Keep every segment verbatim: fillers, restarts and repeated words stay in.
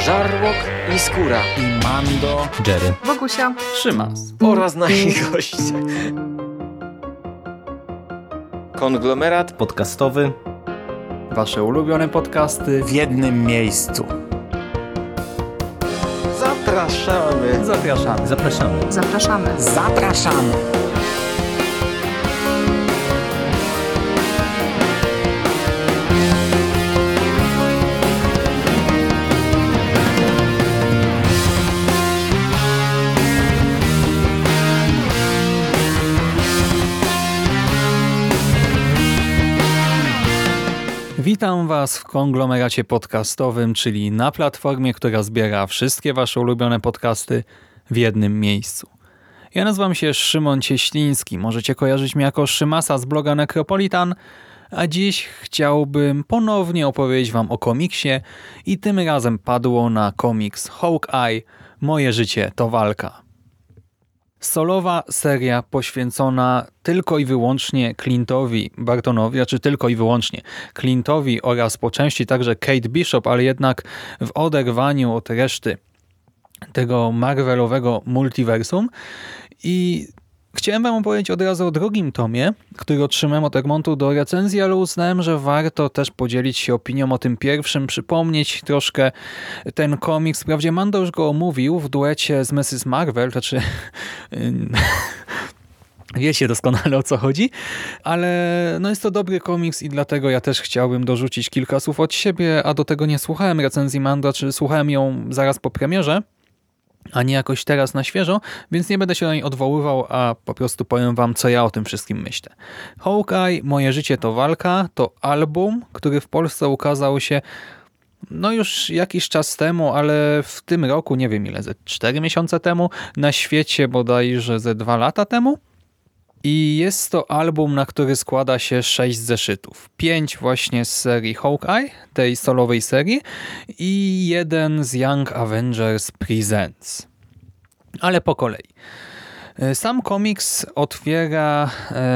Żarłok i Skóra i Mando, Jerry, Wokusia, Szymas oraz nasi goście. Konglomerat podcastowy. Wasze ulubione podcasty w jednym miejscu. Zapraszamy. Zapraszamy. Zapraszamy. zapraszamy. Zapraszamy. Witam Was w konglomeracie podcastowym, czyli na platformie, która zbiera wszystkie Wasze ulubione podcasty w jednym miejscu. Ja nazywam się Szymon Cieśliński, możecie kojarzyć mnie jako Szymasa z bloga Necropolitan, a dziś chciałbym ponownie opowiedzieć Wam o komiksie i tym razem padło na komiks Hawkeye – Moje życie to walka. Solowa seria poświęcona tylko i wyłącznie Clint'owi Bartonowi, znaczy tylko i wyłącznie Clint'owi oraz po części także Kate Bishop, ale jednak w oderwaniu od reszty tego Marvelowego multiversum. I chciałem wam opowiedzieć od razu o drugim tomie, który otrzymałem od Egmontu do recenzji, ale uznałem, że warto też podzielić się opinią o tym pierwszym, przypomnieć troszkę ten komiks. Wprawdzie Mando już go omówił w duecie z missus Marvel, to znaczy wiecie doskonale o co chodzi, ale no jest to dobry komiks i dlatego ja też chciałbym dorzucić kilka słów od siebie, a do tego nie słuchałem recenzji Mando, czy słuchałem ją zaraz po premierze, a nie jakoś teraz na świeżo, więc nie będę się do niej odwoływał, a po prostu powiem wam, co ja o tym wszystkim myślę. Hawkeye, Moje życie to walka, to album, który w Polsce ukazał się no już jakiś czas temu, ale w tym roku, nie wiem ile, ze cztery miesiące temu, na świecie bodajże ze dwa lata temu. I jest to album, na który składa się sześć zeszytów. Pięć właśnie z serii Hawkeye, tej solowej serii, i jeden z Young Avengers Presents. Ale po kolei. Sam komiks otwiera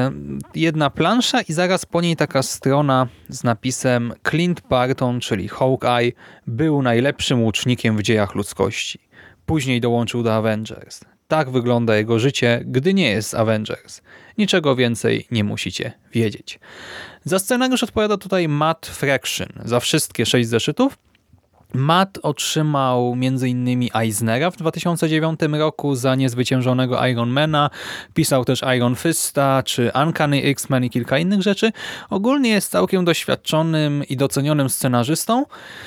jedna plansza i zaraz po niej taka strona z napisem Clint Barton, czyli Hawkeye, był najlepszym łucznikiem w dziejach ludzkości. Później dołączył do Avengers. Tak wygląda jego życie, gdy nie jest Avengers. Niczego więcej nie musicie wiedzieć. Za scenariusz odpowiada tutaj Matt Fraction za wszystkie sześć zeszytów. Matt otrzymał między innymi Eisnera w dwa tysiące dziewiątym roku za Niezwyciężonego Ironmana. Pisał też Iron Fista czy Uncanny X-Men i kilka innych rzeczy. Ogólnie jest całkiem doświadczonym i docenionym scenarzystą.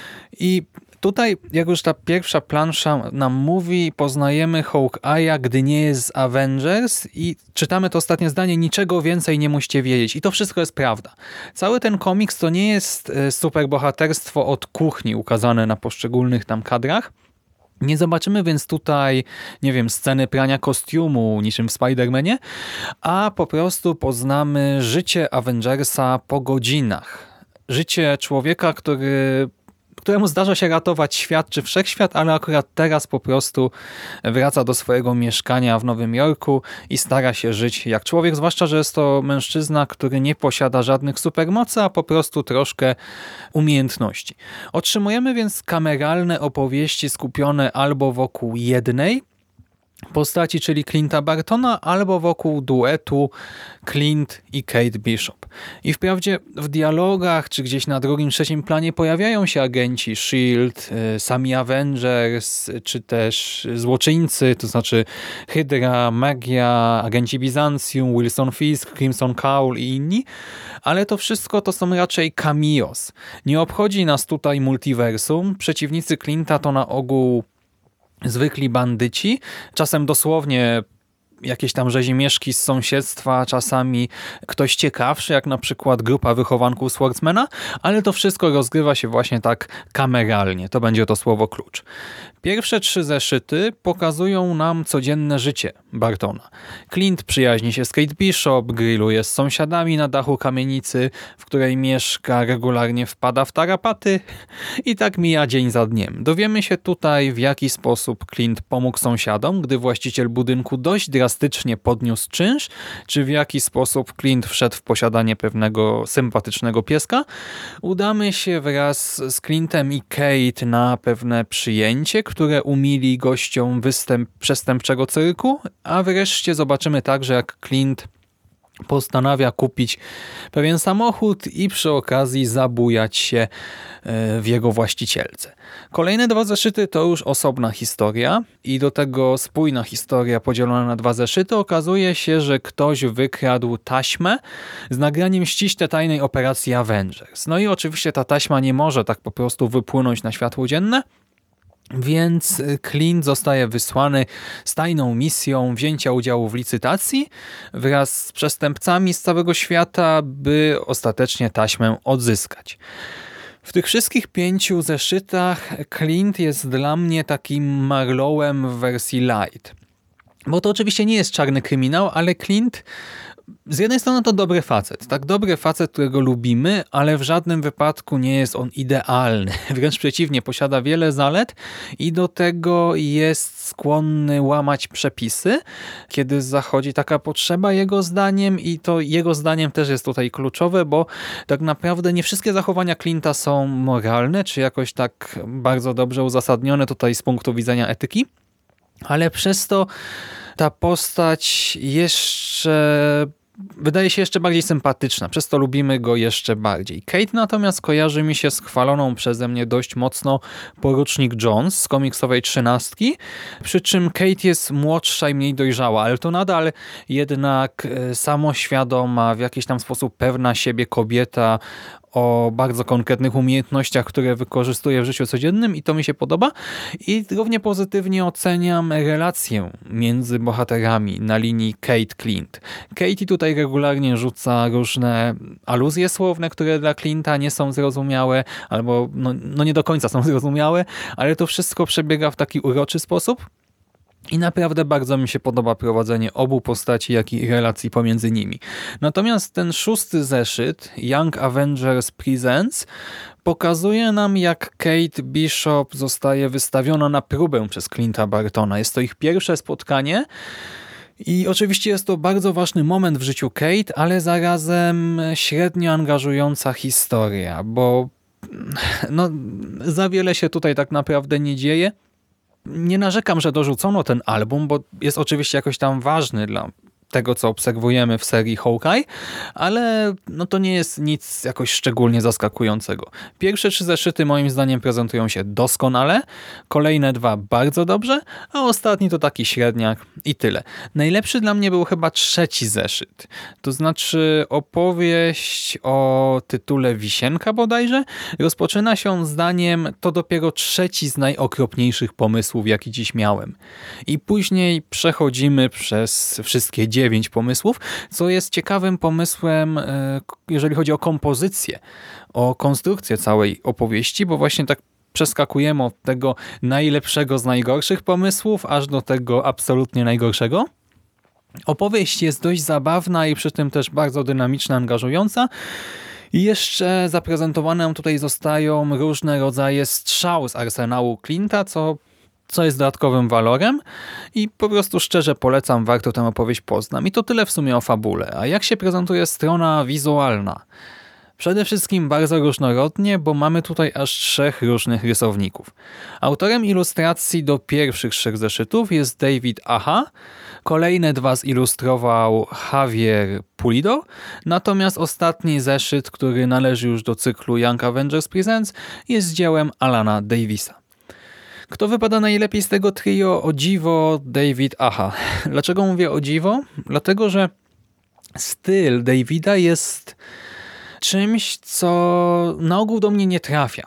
I tutaj, jak już ta pierwsza plansza nam mówi, poznajemy Hawkeye'a, gdy nie jest z Avengers i czytamy to ostatnie zdanie, niczego więcej nie musicie wiedzieć. I to wszystko jest prawda. Cały ten komiks to nie jest superbohaterstwo od kuchni ukazane na poszczególnych tam kadrach. Nie zobaczymy więc tutaj, nie wiem, sceny prania kostiumu niczym w Spider-Manie, a po prostu poznamy życie Avengersa po godzinach. Życie człowieka, który... któremu zdarza się ratować świat czy wszechświat, ale akurat teraz po prostu wraca do swojego mieszkania w Nowym Jorku i stara się żyć jak człowiek, zwłaszcza, że jest to mężczyzna, który nie posiada żadnych supermocy, a po prostu troszkę umiejętności. Otrzymujemy więc kameralne opowieści skupione albo wokół jednej postaci, czyli Clint'a Bartona, albo wokół duetu Clint i Kate Bishop. I wprawdzie w dialogach, czy gdzieś na drugim, trzecim planie pojawiają się agenci S H I E L D, sami Avengers, czy też złoczyńcy, to znaczy Hydra, Magia, agenci Bizancjum, Wilson Fisk, Crimson Cowl i inni, ale to wszystko to są raczej cameos. Nie obchodzi nas tutaj multiversum. Przeciwnicy Clint'a to na ogół zwykli bandyci, czasem dosłownie jakieś tam rzezimieszki z sąsiedztwa, czasami ktoś ciekawszy, jak na przykład grupa wychowanków Swordsmana, ale to wszystko rozgrywa się właśnie tak kameralnie. To będzie to słowo klucz. Pierwsze trzy zeszyty pokazują nam codzienne życie Bartona. Clint przyjaźni się z Kate Bishop, grilluje z sąsiadami na dachu kamienicy, w której mieszka, regularnie wpada w tarapaty i tak mija dzień za dniem. Dowiemy się tutaj, w jaki sposób Clint pomógł sąsiadom, gdy właściciel budynku dość drastycznie drastycznie podniósł czynsz, czy w jaki sposób Clint wszedł w posiadanie pewnego sympatycznego pieska. Udamy się wraz z Clintem i Kate na pewne przyjęcie, które umili gościom występ przestępczego cyrku, a wreszcie zobaczymy także, jak Clint postanawia kupić pewien samochód i przy okazji zabujać się w jego właścicielce. Kolejne dwa zeszyty to już osobna historia i do tego spójna historia podzielona na dwa zeszyty. Okazuje się, że ktoś wykradł taśmę z nagraniem ściśle tajnej operacji Avengers. No i oczywiście ta taśma nie może tak po prostu wypłynąć na światło dzienne, więc Clint zostaje wysłany z tajną misją wzięcia udziału w licytacji wraz z przestępcami z całego świata, by ostatecznie taśmę odzyskać. W tych wszystkich pięciu zeszytach Clint jest dla mnie takim Marlowem w wersji light. Bo to oczywiście nie jest czarny kryminał, ale Clint z jednej strony to dobry facet, tak dobry facet, którego lubimy, ale w żadnym wypadku nie jest on idealny. Wręcz przeciwnie, posiada wiele zalet i do tego jest skłonny łamać przepisy, kiedy zachodzi taka potrzeba jego zdaniem i to jego zdaniem też jest tutaj kluczowe, bo tak naprawdę nie wszystkie zachowania Clint'a są moralne, czy jakoś tak bardzo dobrze uzasadnione tutaj z punktu widzenia etyki, ale przez to ta postać jeszcze wydaje się jeszcze bardziej sympatyczna, przez to lubimy go jeszcze bardziej. Kate natomiast kojarzy mi się z chwaloną przeze mnie dość mocno porucznik Jones z komiksowej trzynastki, przy czym Kate jest młodsza i mniej dojrzała, ale to nadal jednak samoświadoma, w jakiś tam sposób pewna siebie kobieta o bardzo konkretnych umiejętnościach, które wykorzystuje w życiu codziennym i to mi się podoba. I równie pozytywnie oceniam relację między bohaterami na linii Kate-Clint. Katie tutaj regularnie rzuca różne aluzje słowne, które dla Clint'a nie są zrozumiałe, albo no, no nie do końca są zrozumiałe, ale to wszystko przebiega w taki uroczy sposób. I naprawdę bardzo mi się podoba prowadzenie obu postaci, jak i relacji pomiędzy nimi. Natomiast ten szósty zeszyt, Young Avengers Presents, pokazuje nam, jak Kate Bishop zostaje wystawiona na próbę przez Clint'a Bartona. Jest to ich pierwsze spotkanie i oczywiście jest to bardzo ważny moment w życiu Kate, ale zarazem średnio angażująca historia, bo no, za wiele się tutaj tak naprawdę nie dzieje. Nie narzekam, że dorzucono ten album, bo jest oczywiście jakoś tam ważny dla tego, co obserwujemy w serii Hawkeye, ale no to nie jest nic jakoś szczególnie zaskakującego. Pierwsze trzy zeszyty moim zdaniem prezentują się doskonale, kolejne dwa bardzo dobrze, a ostatni to taki średniak i tyle. Najlepszy dla mnie był chyba trzeci zeszyt, to znaczy opowieść o tytule Wisienka bodajże. Rozpoczyna się zdaniem: to dopiero trzeci z najokropniejszych pomysłów, jaki dziś miałem. I później przechodzimy przez wszystkie dziewięć pomysłów, co jest ciekawym pomysłem, jeżeli chodzi o kompozycję, o konstrukcję całej opowieści, bo właśnie tak przeskakujemy od tego najlepszego z najgorszych pomysłów, aż do tego absolutnie najgorszego. Opowieść jest dość zabawna i przy tym też bardzo dynamiczna, angażująca. I jeszcze zaprezentowane tutaj zostają różne rodzaje strzał z arsenału Clint'a, co co jest dodatkowym walorem i po prostu szczerze polecam, warto tę opowieść poznać. I to tyle w sumie o fabule. A jak się prezentuje strona wizualna? Przede wszystkim bardzo różnorodnie, bo mamy tutaj aż trzech różnych rysowników. Autorem ilustracji do pierwszych trzech zeszytów jest David Aja, kolejne dwa zilustrował Javier Pulido, natomiast ostatni zeszyt, który należy już do cyklu Young Avengers Presents, jest dziełem Alana Davisa. Kto wypada najlepiej z tego trio? O dziwo David Aja. Dlaczego mówię o dziwo? Dlatego, że styl Davida jest czymś, co na ogół do mnie nie trafia.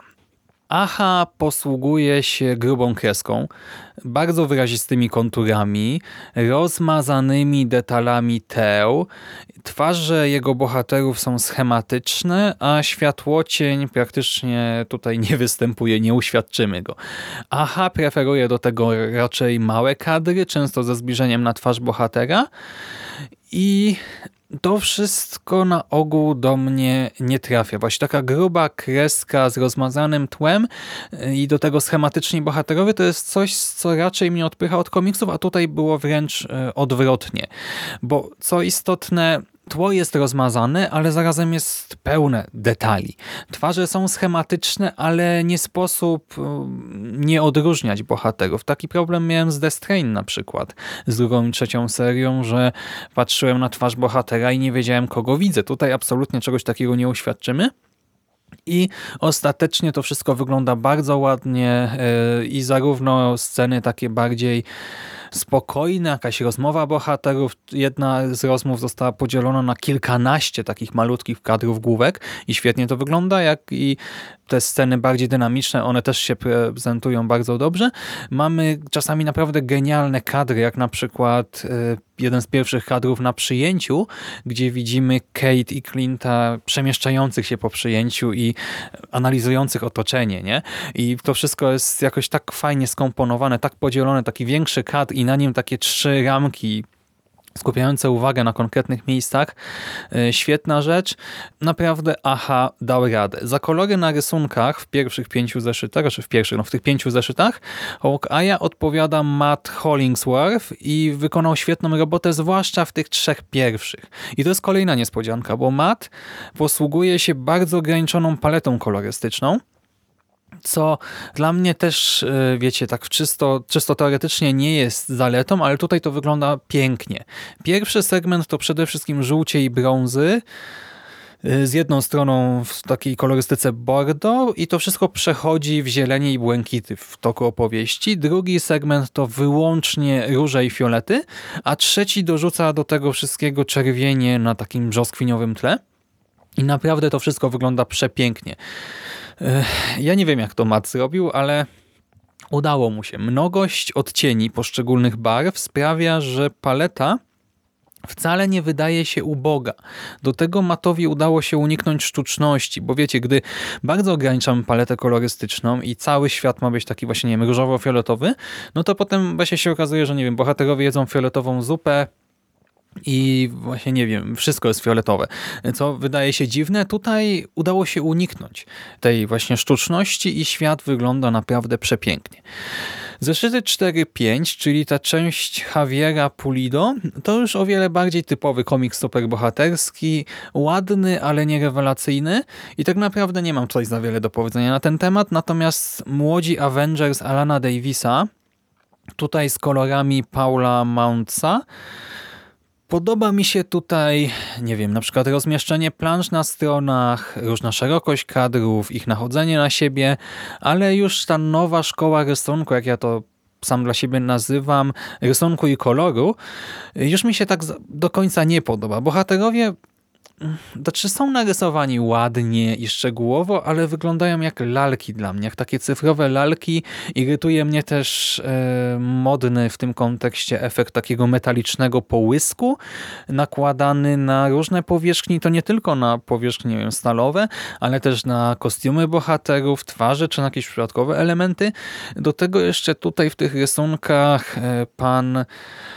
Aja posługuje się grubą kreską, bardzo wyrazistymi konturami, rozmazanymi detalami teł. Twarze jego bohaterów są schematyczne, a światłocień praktycznie tutaj nie występuje, nie uświadczymy go. Aja preferuje do tego raczej małe kadry, często ze zbliżeniem na twarz bohatera i to wszystko na ogół do mnie nie trafia. Właśnie taka gruba kreska z rozmazanym tłem i do tego schematyczni bohaterowie to jest coś, co raczej mnie odpycha od komiksów, a tutaj było wręcz odwrotnie. Bo co istotne, tło jest rozmazane, ale zarazem jest pełne detali. Twarze są schematyczne, ale nie sposób nie odróżniać bohaterów. Taki problem miałem z Death Train na przykład, z drugą i trzecią serią, że patrzyłem na twarz bohatera i nie wiedziałem, kogo widzę. Tutaj absolutnie czegoś takiego nie uświadczymy. I ostatecznie to wszystko wygląda bardzo ładnie i zarówno sceny takie bardziej spokojne, jakaś rozmowa bohaterów. Jedna z rozmów została podzielona na kilkanaście takich malutkich kadrów główek i świetnie to wygląda, jak i te sceny bardziej dynamiczne, one też się prezentują bardzo dobrze. Mamy czasami naprawdę genialne kadry, jak na przykład jeden z pierwszych kadrów na przyjęciu, gdzie widzimy Kate i Clint'a przemieszczających się po przyjęciu i analizujących otoczenie, nie? I to wszystko jest jakoś tak fajnie skomponowane, tak podzielone, taki większy kadr i na nim takie trzy ramki skupiające uwagę na konkretnych miejscach. Świetna rzecz. Naprawdę aha, dał radę. Za kolory na rysunkach w pierwszych pięciu zeszytach, czy w pierwszych, no w tych pięciu zeszytach Hawkeye'a odpowiada Matt Hollingsworth i wykonał świetną robotę, zwłaszcza w tych trzech pierwszych. I to jest kolejna niespodzianka, bo Matt posługuje się bardzo ograniczoną paletą kolorystyczną, co dla mnie też, wiecie, tak czysto, czysto teoretycznie nie jest zaletą, ale tutaj to wygląda pięknie. Pierwszy segment to przede wszystkim żółcie i brązy, z jedną stroną w takiej kolorystyce bordo i to wszystko przechodzi w zielenie i błękity w toku opowieści. Drugi segment to wyłącznie róże i fiolety, a trzeci dorzuca do tego wszystkiego czerwienie na takim brzoskwiniowym tle. I naprawdę to wszystko wygląda przepięknie. Ja nie wiem, jak to Matt zrobił, ale udało mu się. Mnogość odcieni poszczególnych barw sprawia, że paleta wcale nie wydaje się uboga. Do tego Mattowi udało się uniknąć sztuczności, bo wiecie, gdy bardzo ograniczamy paletę kolorystyczną i cały świat ma być taki właśnie, nie wiem, różowo-fioletowy, no to potem właśnie się okazuje, że nie wiem, bohaterowie jedzą fioletową zupę, i właśnie nie wiem, wszystko jest fioletowe, co wydaje się dziwne. Tutaj udało się uniknąć tej właśnie sztuczności i świat wygląda naprawdę przepięknie. Zeszyty cztery pięć, czyli ta część Javiera Pulido, to już o wiele bardziej typowy komiks superbohaterski, ładny, ale nie rewelacyjny i tak naprawdę nie mam tutaj za wiele do powiedzenia na ten temat, natomiast Młodzi Avengers Alana Davisa, tutaj z kolorami Paula Mountsa, podoba mi się tutaj, nie wiem, na przykład rozmieszczenie plansz na stronach, różna szerokość kadrów, ich nachodzenie na siebie, ale już ta nowa szkoła rysunku, jak ja to sam dla siebie nazywam, rysunku i koloru, już mi się tak do końca nie podoba. Bohaterowie znaczy są narysowani ładnie i szczegółowo, ale wyglądają jak lalki dla mnie, jak takie cyfrowe lalki. Irytuje mnie też e, modny w tym kontekście efekt takiego metalicznego połysku nakładany na różne powierzchni, to nie tylko na powierzchnie, nie wiem, stalowe, ale też na kostiumy bohaterów, twarze czy na jakieś przypadkowe elementy. Do tego jeszcze tutaj w tych rysunkach e, pan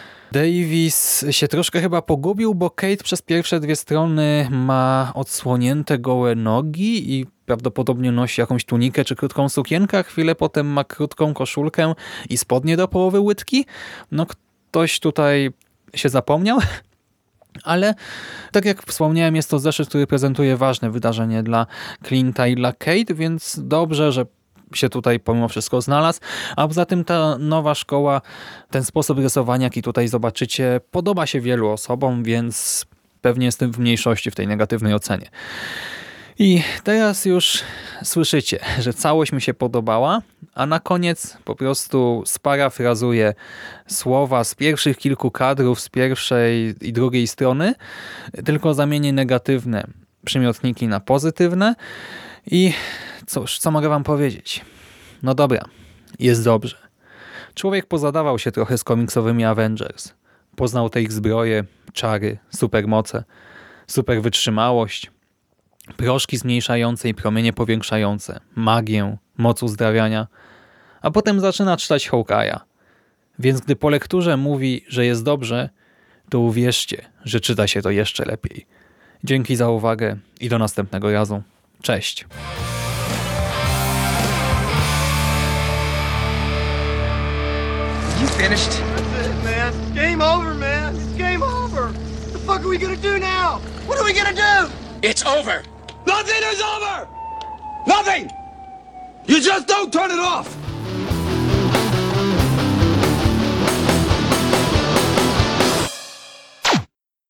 Davis się troszkę chyba pogubił, bo Kate przez pierwsze dwie strony ma odsłonięte gołe nogi i prawdopodobnie nosi jakąś tunikę czy krótką sukienkę, a chwilę potem ma krótką koszulkę i spodnie do połowy łydki. No ktoś tutaj się zapomniał, ale tak jak wspomniałem, jest to zeszyt, który prezentuje ważne wydarzenie dla Clint'a i dla Kate, więc dobrze, że się tutaj pomimo wszystko znalazł, a poza tym ta nowa szkoła, ten sposób rysowania, jaki tutaj zobaczycie, podoba się wielu osobom, więc pewnie jestem w mniejszości w tej negatywnej ocenie. I teraz już słyszycie, że całość mi się podobała, a na koniec po prostu sparafrazuję słowa z pierwszych kilku kadrów, z pierwszej i drugiej strony, tylko zamienię negatywne przymiotniki na pozytywne i cóż, co mogę wam powiedzieć? No dobra, jest dobrze. Człowiek pozadawał się trochę z komiksowymi Avengers. Poznał te ich zbroje, czary, supermoce, super wytrzymałość, proszki zmniejszające i promienie powiększające, magię, moc uzdrawiania, a potem zaczyna czytać Hawkeye'a. Więc gdy po lekturze mówi, że jest dobrze, to uwierzcie, że czyta się to jeszcze lepiej. Dzięki za uwagę i do następnego razu. Cześć! You finished? That's it, man. Game over, man. It's game over. What the fuck are we gonna do now? What are we gonna do? It's over! Nothing is over! Nothing! You just don't turn it off!